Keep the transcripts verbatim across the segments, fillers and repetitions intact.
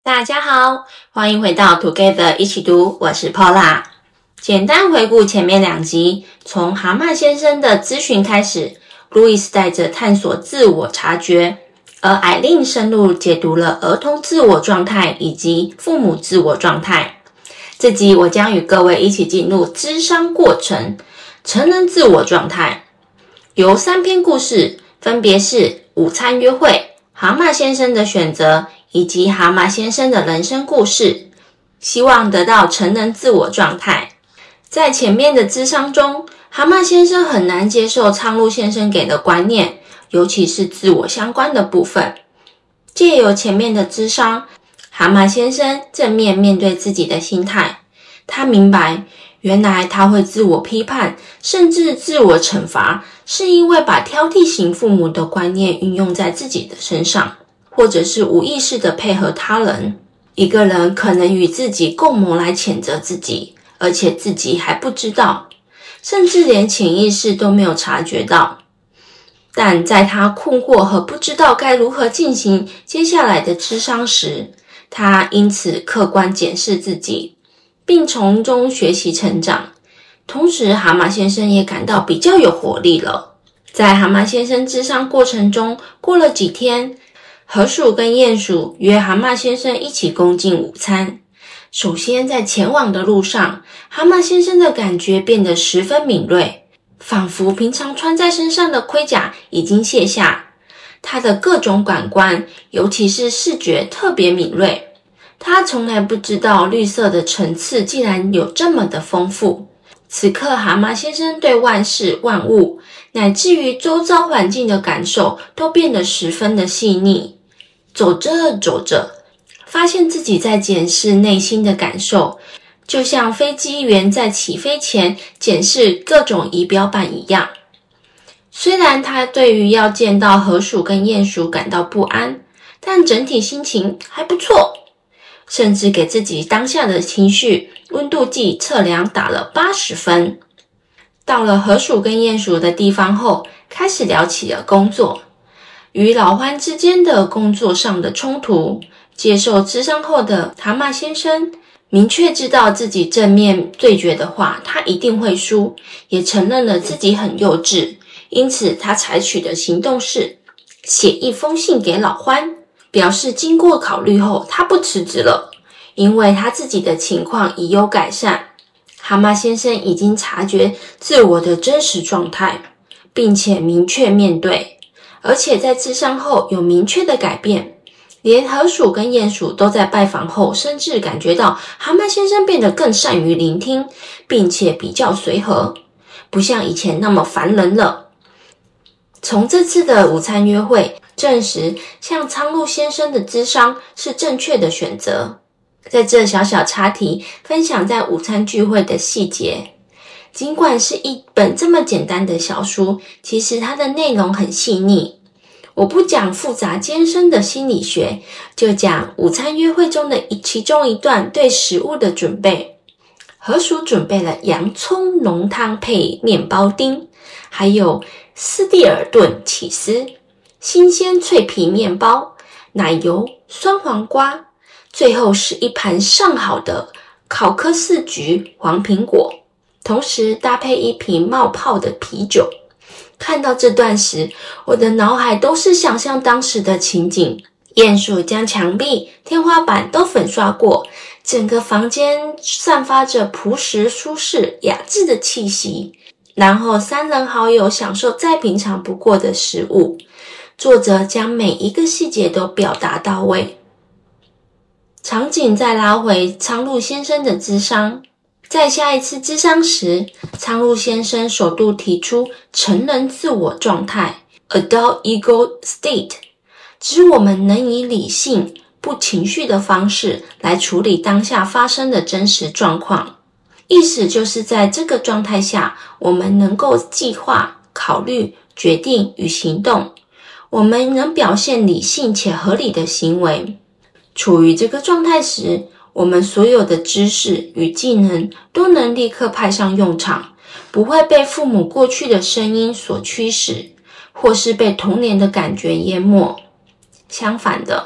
大家好，欢迎回到 Together 一起读，我是 Paula。 简单回顾前面两集，从蛤蟆先生的咨询开始，路易斯带着探索自我察觉，而艾琳深入解读了儿童自我状态以及父母自我状态。这集我将与各位一起进入諮商过程，成人自我状态，由三篇故事，分别是午餐约会、蛤蟆先生的选择以及蛤蟆先生的人生故事，希望得到成人自我状态。在前面的諮商中，蛤蟆先生很难接受苍鹭先生给的观念，尤其是自我相关的部分。借由前面的諮商，蛤蟆先生正面面对自己的心态，他明白原来他会自我批判甚至自我惩罚，是因为把挑剔型父母的观念运用在自己的身上，或者是无意识的配合他人。一个人可能与自己共谋来谴责自己，而且自己还不知道，甚至连潜意识都没有察觉到。但在他困惑和不知道该如何进行接下来的諮商时，他因此客观检视自己，并从中学习成长。同时蛤蟆先生也感到比较有活力了。在蛤蟆先生諮商过程中，过了几天，河鼠跟鼹鼠约蛤蟆先生一起共进午餐。首先在前往的路上，蛤蟆先生的感觉变得十分敏锐，仿佛平常穿在身上的盔甲已经卸下。他的各种感官，尤其是视觉特别敏锐。他从来不知道绿色的层次竟然有这么的丰富。此刻蛤蟆先生对万事万物乃至于周遭环境的感受都变得十分的细腻。走着走着，发现自己在检视内心的感受，就像飞机员在起飞前检视各种仪表板一样。虽然他对于要见到河鼠跟鼹鼠感到不安，但整体心情还不错，甚至给自己当下的情绪温度计测量打了八十分。到了河鼠跟鼹鼠的地方后，开始聊起了工作，与老獾之间的工作上的冲突。接受諮商后的蛤蟆先生明确知道自己正面对决的话他一定会输，也承认了自己很幼稚，因此他采取的行动是写一封信给老獾，表示经过考虑后他不辞职了，因为他自己的情况已有改善。蛤蟆先生已经察觉自我的真实状态，并且明确面对，而且在諮商后有明确的改变。连河鼠跟鼹鼠都在拜访后甚至感觉到蛤蟆先生变得更善于聆听，并且比较随和，不像以前那么烦人了。从这次的午餐约会证实向苍鹭先生的諮商是正确的选择。在这小小插题分享在午餐聚会的细节，尽管是一本这么简单的小书，其实它的内容很细腻。我不讲复杂艰深的心理学，就讲午餐约会中的其中一段对食物的准备。河鼠准备了洋葱浓汤配面包丁，还有斯蒂尔顿起司、新鲜脆皮面包、奶油、酸黄瓜，最后是一盘上好的考克斯橘黄苹果，同时搭配一瓶冒泡的啤酒。看到这段时，我的脑海都是想象当时的情景。鼹鼠将墙壁、天花板都粉刷过，整个房间散发着朴实、舒适、雅致的气息。然后三人好友享受再平常不过的食物，作者将每一个细节都表达到位。场景再拉回苍鹭先生的諮商。在下一次諮商时，苍鹭先生首度提出成人自我状态 Adult Ego State， 指我们能以理性不情绪的方式来处理当下发生的真实状况。意思就是在这个状态下，我们能够计划、考虑、决定与行动，我们能表现理性且合理的行为。处于这个状态时，我们所有的知识与技能都能立刻派上用场，不会被父母过去的声音所驱使，或是被童年的感觉淹没。相反的，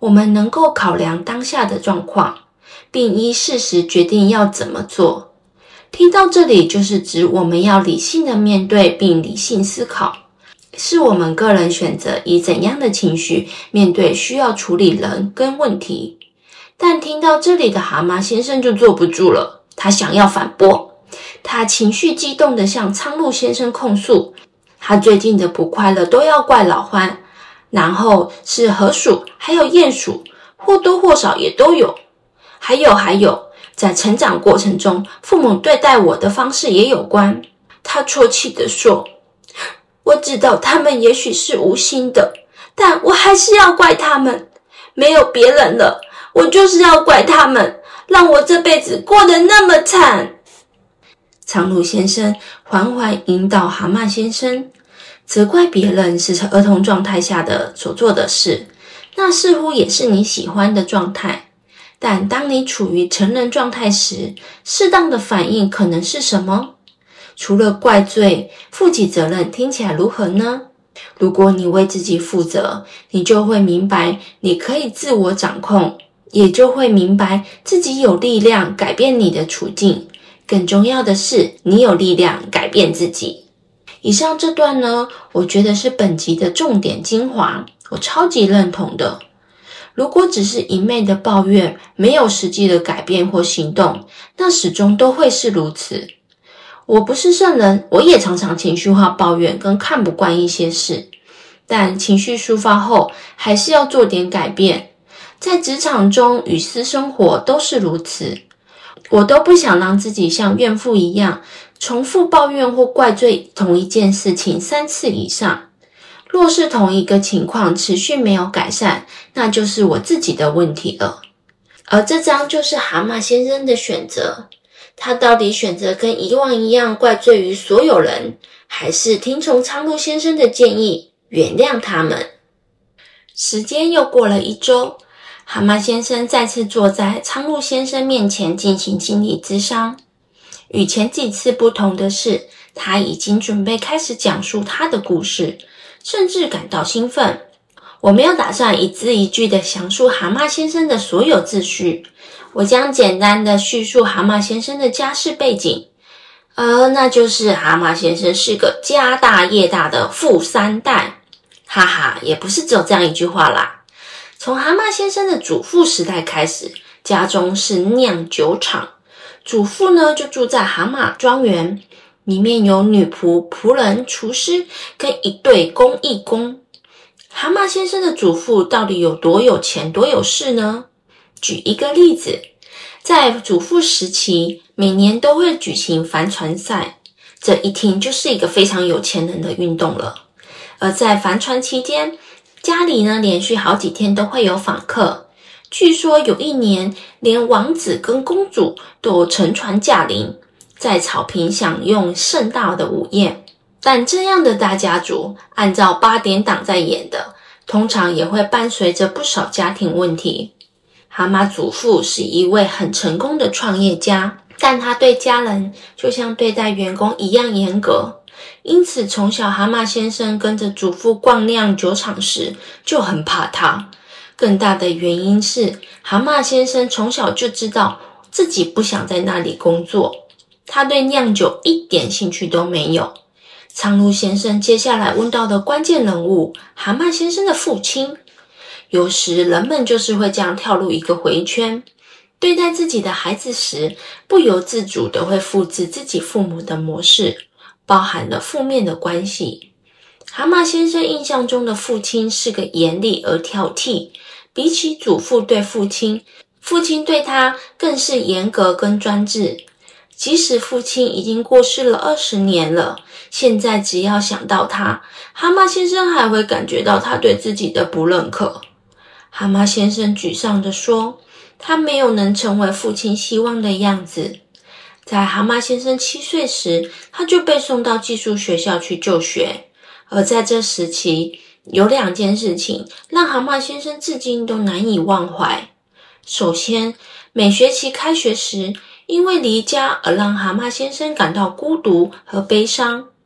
我们能够考量当下的状况，并依事实决定要怎么做。听到这里，就是指我们要理性的面对并理性思考，是我们个人选择以怎样的情绪面对需要处理人跟问题。但听到这里的蛤蟆先生就坐不住了，他想要反驳，他情绪激动地向苍鹭先生控诉，他最近的不快乐都要怪老獾，然后是河鼠还有鼹鼠，或多或少也都有。还有还有，在成长过程中，父母对待我的方式也有关。他啜泣地说，我知道他们也许是无心的，但我还是要怪他们，没有别人了，我就是要怪他们，让我这辈子过得那么惨。苍鹭先生缓缓引导蛤蟆先生，责怪别人是儿童状态下的所做的事，那似乎也是你喜欢的状态。但当你处于成人状态时，适当的反应可能是什么？除了怪罪，负起责任听起来如何呢？如果你为自己负责，你就会明白你可以自我掌控，也就会明白自己有力量改变你的处境。更重要的是，你有力量改变自己。以上这段呢，我觉得是本集的重点精华，我超级认同的。如果只是一昧的抱怨，没有实际的改变或行动，那始终都会是如此。我不是圣人，我也常常情绪化抱怨跟看不惯一些事，但情绪抒发后，还是要做点改变。在职场中与私生活都是如此，我都不想让自己像怨妇一样，重复抱怨或怪罪同一件事情三次以上。若是同一个情况持续没有改善，那就是我自己的问题了。而这张就是蛤蟆先生的选择，他到底选择跟以往一样怪罪于所有人，还是听从苍鹭先生的建议，原谅他们？时间又过了一周，蛤蟆先生再次坐在苍鹭先生面前进行心理咨商。与前几次不同的是，他已经准备开始讲述他的故事，甚至感到兴奋。我没有打算一字一句地详述蛤蟆先生的所有秩序，我将简单地叙述蛤蟆先生的家世背景，而那就是蛤蟆先生是个家大业大的富三代。哈哈，也不是只有这样一句话啦。从蛤蟆先生的祖父时代开始，家中是酿酒厂，祖父呢就住在蛤蟆庄园，里面有女仆、仆人、厨师跟一对工艺工。蛤蟆先生的祖父到底有多有钱多有势呢？举一个例子，在祖父时期，每年都会举行帆船赛，这一听就是一个非常有钱人的运动了。而在帆船期间，家里呢连续好几天都会有访客，据说有一年连王子跟公主都有乘船驾临，在草坪享用盛大的午宴。但这样的大家族，按照八点档在演的，通常也会伴随着不少家庭问题。蛤蟆祖父是一位很成功的创业家，但他对家人就像对待员工一样严格，因此从小蛤蟆先生跟着祖父逛酿酒厂时就很怕他。更大的原因是，蛤蟆先生从小就知道自己不想在那里工作，他对酿酒一点兴趣都没有。苍鹭先生接下来问到的关键人物，蛤蟆先生的父亲。有时人们就是会这样跳入一个回圈，对待自己的孩子时，不由自主的会复制自己父母的模式，包含了负面的关系。蛤蟆先生印象中的父亲是个严厉而挑剔，比起祖父对父亲，父亲对他更是严格跟专制。即使父亲已经过世了二十年了，现在只要想到他，蛤蟆先生还会感觉到他对自己的不认可。蛤蟆先生沮丧地说，他没有能成为父亲希望的样子。在蛤蟆先生七岁时，他就被送到寄宿学校去就学。而在这时期，有两件事情让蛤蟆先生至今都难以忘怀。首先，每学期开学时，因为离家而让蛤蟆先生感到孤独和悲伤。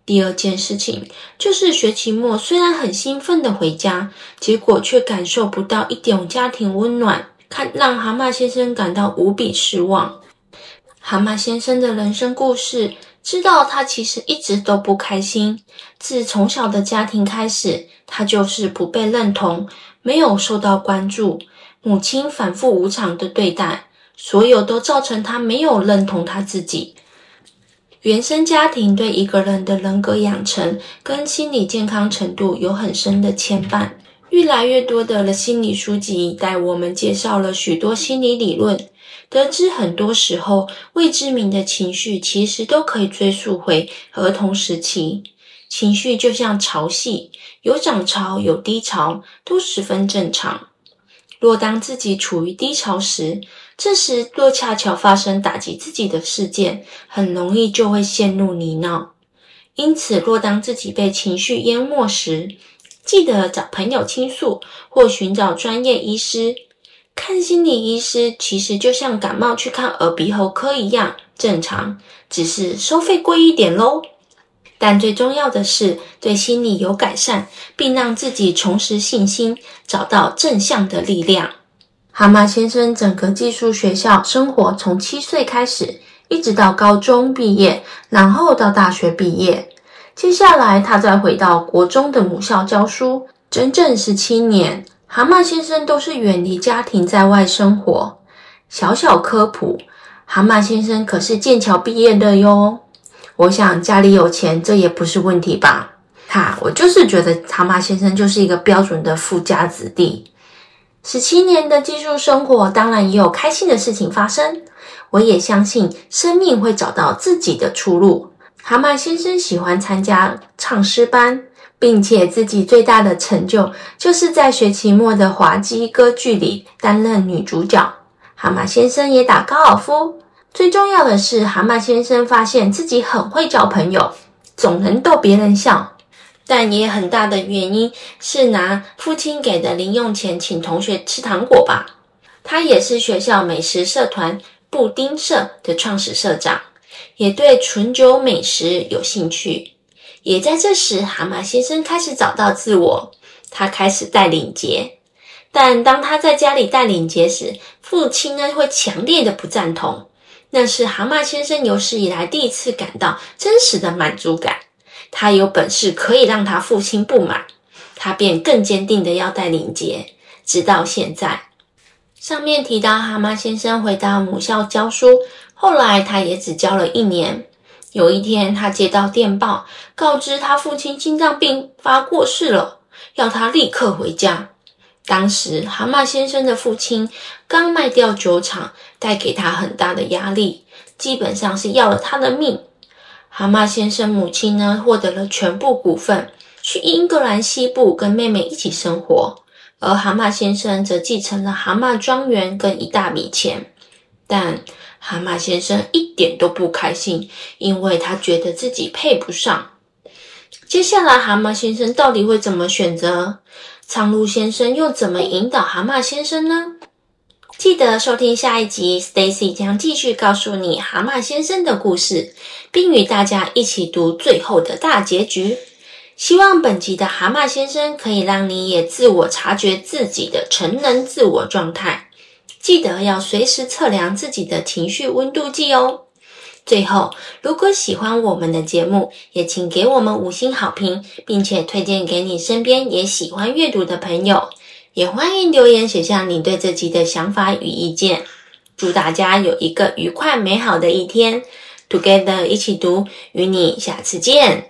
第二件事情就是学期末虽然很兴奋的回家，结果却感受不到一点家庭温暖，看让蛤蟆先生感到无比失望。蛤蟆先生的人生故事，知道他其实一直都不开心。自从小的家庭开始，他就是不被认同，没有受到关注，母亲反复无常的对待，所有都造成他没有认同他自己。原生家庭对一个人的人格养成跟心理健康程度有很深的牵绊。越来越多的心理书籍带我们介绍了许多心理理论，得知很多时候未知名的情绪其实都可以追溯回儿童时期。情绪就像潮汐，有涨潮有低潮，都十分正常。若当自己处于低潮时，这时若恰巧发生打击自己的事件，很容易就会陷入泥淖。因此若当自己被情绪淹没时，记得找朋友倾诉或寻找专业医师。看心理医师其实就像感冒去看耳鼻喉科一样正常，只是收费贵一点咯。但最重要的是对心理有改善，并让自己重拾信心，找到正向的力量。蛤蟆先生整个寄宿学校生活从七岁开始，一直到高中毕业，然后到大学毕业。接下来他再回到国中的母校教书，整整十七年，蛤蟆先生都是远离家庭在外生活。小小科普，蛤蟆先生可是剑桥毕业的哟。我想家里有钱，这也不是问题吧？哈，我就是觉得蛤蟆先生就是一个标准的富家子弟。十七年的寄宿生活，当然也有开心的事情发生。我也相信生命会找到自己的出路。蛤蟆先生喜欢参加唱诗班，并且自己最大的成就就是在学期末的滑稽歌剧里担任女主角。蛤蟆先生也打高尔夫。最重要的是，蛤蟆先生发现自己很会交朋友，总能逗别人笑。但也很大的原因是拿父亲给的零用钱请同学吃糖果吧。他也是学校美食社团布丁社的创始社长，也对纯酒美食有兴趣。也在这时，蛤蟆先生开始找到自我，他开始带领节。但当他在家里带领节时，父亲呢会强烈的不赞同。那是蛤蟆先生有史以来第一次感到真实的满足感。他有本事可以让他父亲不满，他便更坚定的要带领节，直到现在。上面提到蛤蟆先生回到母校教书，后来他也只教了一年。有一天他接到电报，告知他父亲心脏病发过世了，要他立刻回家。当时蛤蟆先生的父亲刚卖掉酒厂，带给他很大的压力，基本上是要了他的命。蛤蟆先生母亲呢，获得了全部股份，去英格兰西部跟妹妹一起生活，而蛤蟆先生则继承了蛤蟆庄园跟一大笔钱。但蛤蟆先生一点都不开心，因为他觉得自己配不上。接下来蛤蟆先生到底会怎么选择？苍鹭先生又怎么引导蛤蟆先生呢？记得收听下一集 Stacy 将继续告诉你蛤蟆先生的故事，并与大家一起读最后的大结局。希望本集的蛤蟆先生可以让你也自我察觉自己的成人自我状态，记得要随时测量自己的情绪温度计哦。最后，如果喜欢我们的节目，也请给我们五星好评，并且推荐给你身边也喜欢阅读的朋友。也欢迎留言写下你对这集的想法与意见。祝大家有一个愉快美好的一天。Together 一起读，与你下次见。